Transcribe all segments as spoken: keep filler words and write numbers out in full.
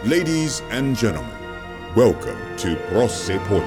Ladies and gentlemen, welcome to Prossepodden.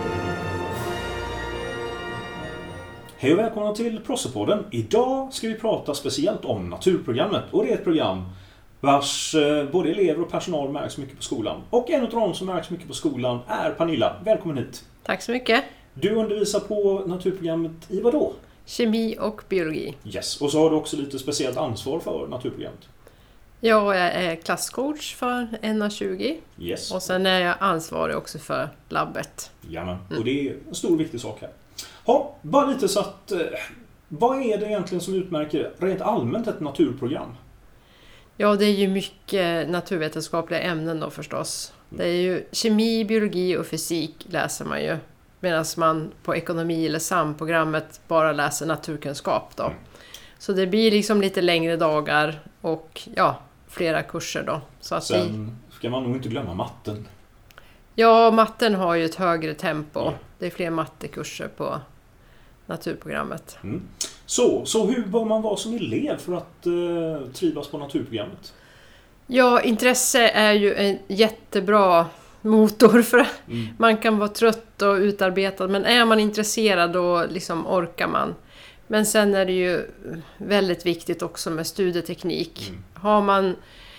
Hej och välkomna till Prossepodden. Idag ska vi prata speciellt om naturprogrammet. Och det är ett program vars både elever och personal märks mycket på skolan. Och en av de som märks mycket på skolan är Pernilla. Välkommen hit. Tack så mycket. Du undervisar på naturprogrammet i vad då? Kemi och biologi. Yes, och så har du också lite speciellt ansvar för naturprogrammet. Jag är klasscoach för N A tjugo. Yes. Och sen är jag ansvarig också för labbet. Jamen, mm. och det är en stor viktig sak här. Ja, bara lite så att, eh, vad är det egentligen som utmärker rent allmänt ett naturprogram? Ja, det är ju mycket naturvetenskapliga ämnen då förstås. Det är ju kemi, biologi och fysik läser man ju. Medan man på ekonomi eller S A M-programmet bara läser naturkunskap då. Mm. Så det blir liksom lite längre dagar och ja, flera kurser då. Så att Sen vi... ska man nog inte glömma matten. Ja, matten har ju ett högre tempo. Ja. Det är fler mattekurser på naturprogrammet. Mm. Så, så hur bör man vara som elev för att eh, trivas på naturprogrammet? Ja, intresse är ju en jättebra motor för mm. man kan vara trött och utarbetad, men är man intresserad då liksom orkar man. Men sen är det ju väldigt viktigt också med studieteknik. Mm. Har man,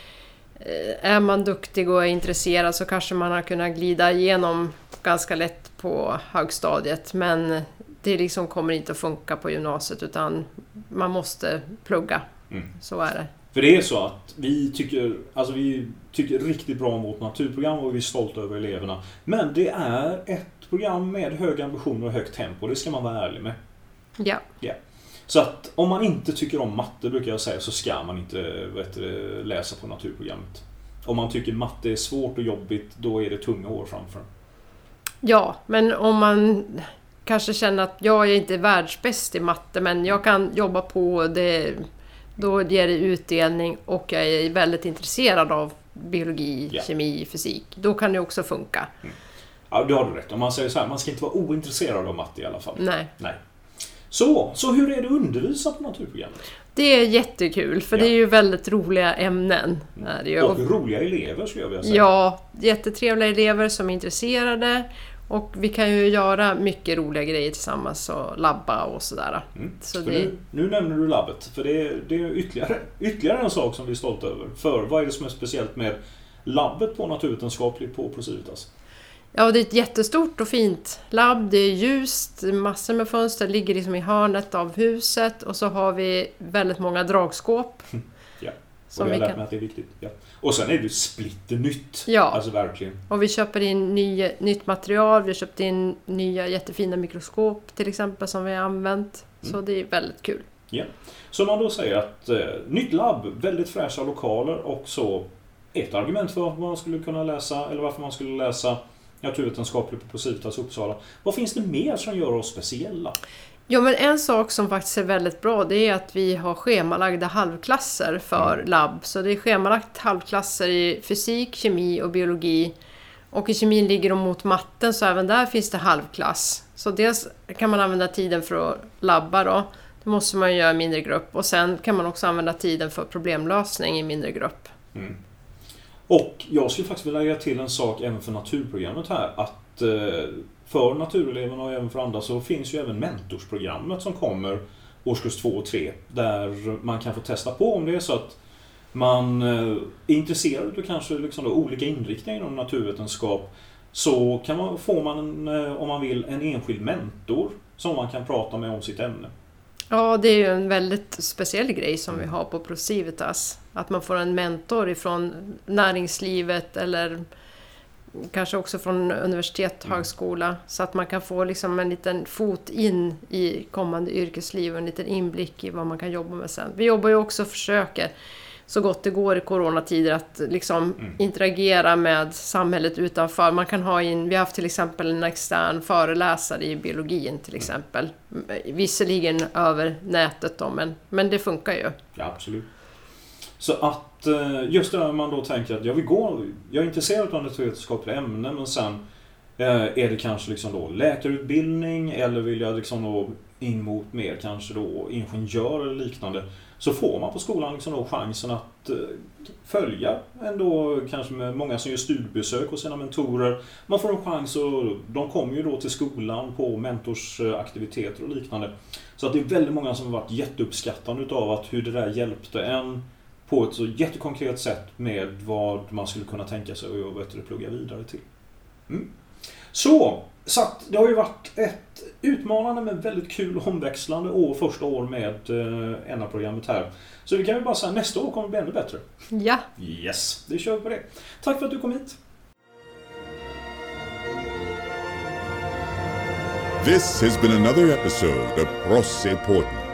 är man duktig och är intresserad så kanske man har kunnat glida igenom ganska lätt på högstadiet, men det liksom kommer inte att funka på gymnasiet utan man måste plugga. Mm. Så är det. För det är så att vi tycker, alltså vi tycker riktigt bra om vårt naturprogram och vi är stolta över eleverna. Men det är ett program med höga ambitioner och högt tempo, det ska man vara ärlig med. Ja. Ja. Så att om man inte tycker om matte, brukar jag säga, så ska man inte vet du, läsa på naturprogrammet. Om man tycker matte är svårt och jobbigt, då är det tunga år framför. Ja, men om man kanske känner att jag är inte världsbäst i matte, men jag kan jobba på det, då ger det utdelning och jag är väldigt intresserad av biologi, ja. kemi, fysik. Då kan det också funka. Mm. Ja, det har du rätt. Om man säger så här, man ska inte vara ointresserad av matte i alla fall. Nej. Nej. Så, så hur är det att undervisa på naturprogrammet? Det är jättekul, för ja. det är ju väldigt roliga ämnen. Mm. Och roliga elever skulle jag vilja säga. Ja, jättetrevliga elever som är intresserade. Och vi kan ju göra mycket roliga grejer tillsammans och labba och sådär. Mm. Så det... nu, nu nämner du labbet, för det är, det är ytterligare, ytterligare en sak som vi är stolta över. För vad är det som är speciellt med labbet på naturvetenskapligt på ProCivitas? Ja, det är ett jättestort och fint labb. Det är ljust, massor med fönster, ligger liksom i hörnet av huset. Och så har vi väldigt många dragskåp. Ja, och jag har lärt kan... mig att det är viktigt. Ja. Och sen är det splitternytt. Ja, alltså verkligen. Och vi köper in ny, nytt material. Vi har köpt in nya jättefina mikroskop till exempel som vi har använt. Mm. Så det är väldigt kul. Ja. Så man då säger att eh, nytt labb, väldigt fräscha lokaler och så ett argument för varför man skulle kunna läsa, eller varför man skulle läsa naturvetenskapligt på ProCivitas Uppsala. Vad finns det mer som gör oss speciella? Ja, men en sak som faktiskt är väldigt bra, det är att vi har schemalagda halvklasser för mm. labb. Så det är schemalagt halvklasser i fysik, kemi och biologi. Och i kemin ligger de mot matten, så även där finns det halvklass. Så dels kan man använda tiden för att labba då. Det måste man göra i mindre grupp. Och sen kan man också använda tiden för problemlösning i mindre grupp. Mm. Och jag skulle faktiskt vilja lägga till en sak även för naturprogrammet här. Att eh, för natureleverna och även för andra så finns ju även mentorsprogrammet som kommer årskurs två och tre. Där man kan få testa på om det är så att man är intresserad av kanske liksom då olika inriktningar inom naturvetenskap. Så kan man, får man, en, om man vill, en enskild mentor som man kan prata med om sitt ämne. Ja, det är ju en väldigt speciell grej som vi har på ProCivitas. Att man får en mentor ifrån näringslivet eller kanske också från universitet, högskola. Mm. Så att man kan få liksom en liten fot in i kommande yrkesliv och en liten inblick i vad man kan jobba med sen. Vi jobbar ju också och försöker så gott det går i coronatider att liksom mm. interagera med samhället utanför. Man kan ha in, vi har haft till exempel en extern föreläsare i biologin till exempel. Mm. Visserligen över nätet då, men, men det funkar ju. Ja, absolut. Så att just det där man då tänker att jag vill gå, jag är intresserad av naturvetenskapliga ämnen, men sen är det kanske liksom då läkarutbildning eller vill jag liksom då in mot mer kanske då ingenjör eller liknande, så får man på skolan liksom då chansen att eh, följa ändå kanske med många som gör studiebesök hos sina mentorer. Man får en chans och de kommer ju då till skolan på mentorsaktiviteter och liknande. Så att det är väldigt många som har varit jätteuppskattande utav att hur det där hjälpte en på ett så jättekonkret sätt med vad man skulle kunna tänka sig och vet du, plugga vidare till. Mm. Så, så att det har ju varit ett utmanande men väldigt kul omväxlande år, första år med eh, N A-programmet här. Så vi kan ju bara säga att nästa år kommer det bli ännu bättre. Ja. Yes, det kör vi på det. Tack för att du kom hit. This has been another episode of Prosse Podden.